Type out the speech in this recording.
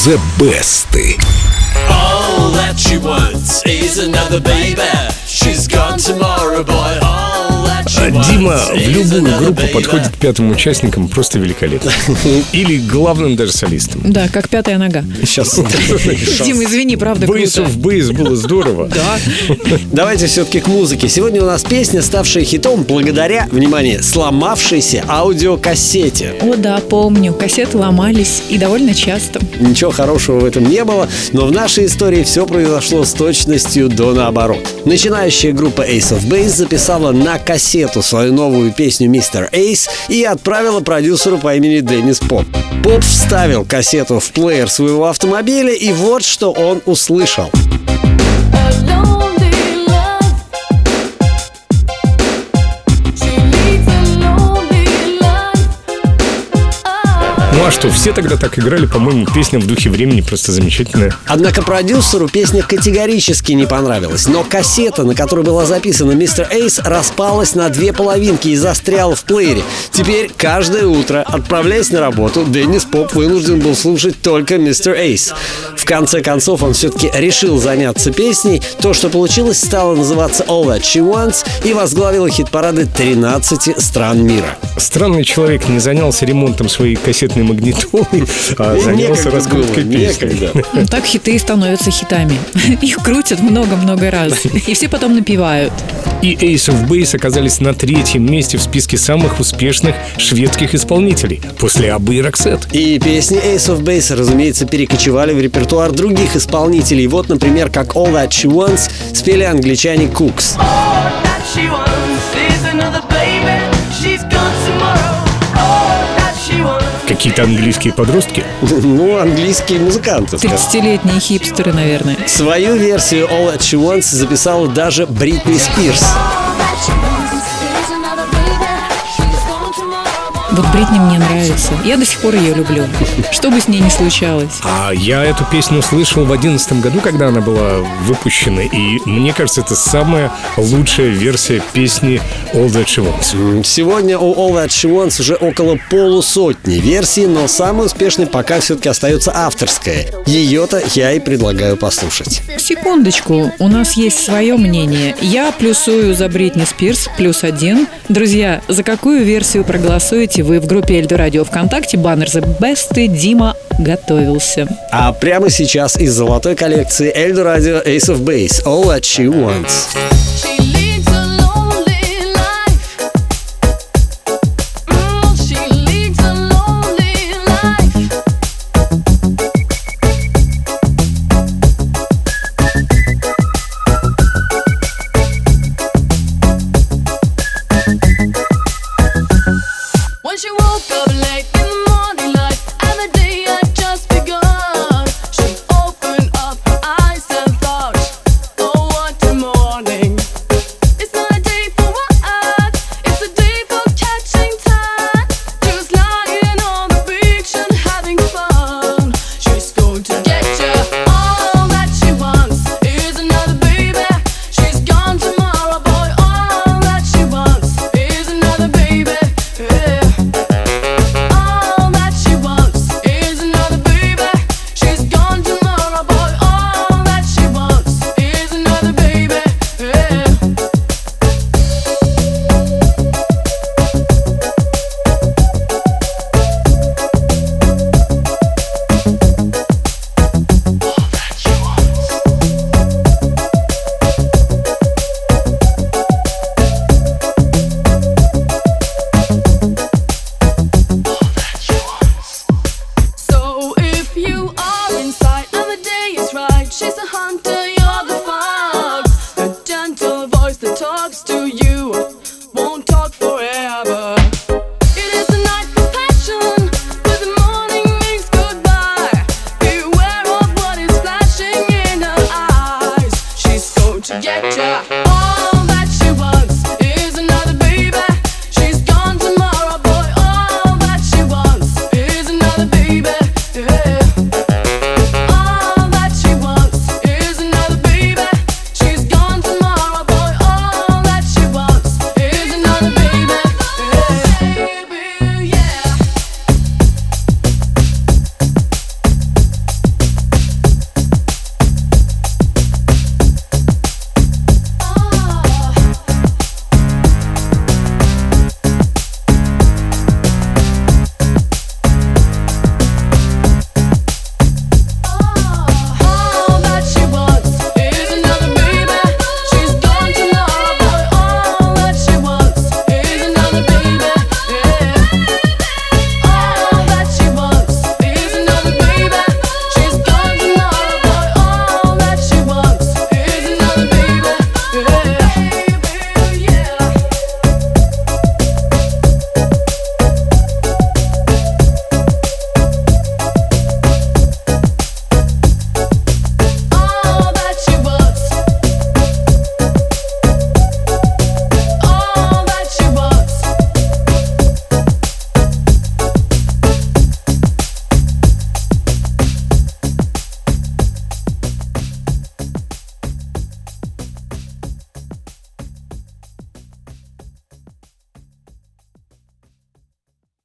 The Best. All that she wants is another baby. She's gone tomorrow, boy. All that she wants Дима в is любую another группу baby. подходит пятым участникам просто великолепно. Или главным даже солистом. Да, как пятая нога. Сейчас. Дима, извини, правда Бейс круто. в бейс было здорово. Да. Давайте все-таки к музыке. Сегодня у нас песня, ставшая хитом благодаря, внимание, сломавшейся аудиокассете. О, да, помню. Кассеты ломались и довольно часто. Ничего хорошего в этом не было, но в нашей истории все произошло с точностью до наоборот. Начинающая группа Ace of Base записала на кассету свою новую песню «Mr. Ace» и отправила продюсеру по имени Деннис Поп. Поп вставил кассету в плеер своего автомобиля, и вот что он услышал. Ну а что, все тогда так играли, по-моему, песня в духе времени просто замечательная. Однако продюсеру песня категорически не понравилась, но кассета, на которой была записана «Mr. Ace», распалась на две половинки и застряла в плеере. Теперь каждое утро, отправляясь на работу, Деннис Поп вынужден был слушать только «Mr. Ace». В конце концов, он все-таки решил заняться песней. То, что получилось, стало называться «All That She Wants» и возглавило хит-парады 13 стран мира. Странный человек не занялся ремонтом своей кассетной магнитолы, а занялся Некогда раскруткой было, песни. некогда. Так хиты становятся хитами. Их крутят много-много раз. И все потом напевают. И Ace of Base оказались на третьем месте в списке самых успешных шведских исполнителей после Аббы и Роксет. И песни Ace of Base, разумеется, перекочевали в репертуар других исполнителей. Вот, например, как «All That She Wants» спели англичане Cooks. Какие-то английские подростки. Ну, английские музыканты, скажем. 30-летние хипстеры, наверное. Свою версию «All That She Wants» записала даже Бритни Спирс. Вот Бритни мне нравится. Я до сих пор ее люблю. Что бы с ней ни случалось. А я эту песню слышал в 2011 году, когда она была выпущена. И мне кажется, это самая лучшая версия песни All That She Wants. Сегодня у «All That She Wants» уже около полусотни версий, но самой успешной пока все-таки остается авторская. Ее-то я и предлагаю послушать. Секундочку, у нас есть свое мнение. Я плюсую за Бритни Спирс, +1. Друзья, за какую версию проголосуете вы в группе Эльдо Радио ВКонтакте? Баннер The Best. Дима готовился. А прямо сейчас из золотой коллекции Эльдо Радио Ace of Base «All That She Wants». When she woke up late in the morning light and the day had just begun, she opened up her eyes and thought, oh what a morning. It's not a day for work, it's a day for catching time. Just lying on the beach and having fun. She's going to get you. All that she wants is another baby. She's gone tomorrow, boy. All that she wants is another baby. Yeah. All that she wants is another baby. She's gone tomorrow, boy. All that she wants is another baby. Yeah. So if you are inside and the day is right, she's the hunter, you're the fox, the gentle voice that talks to you.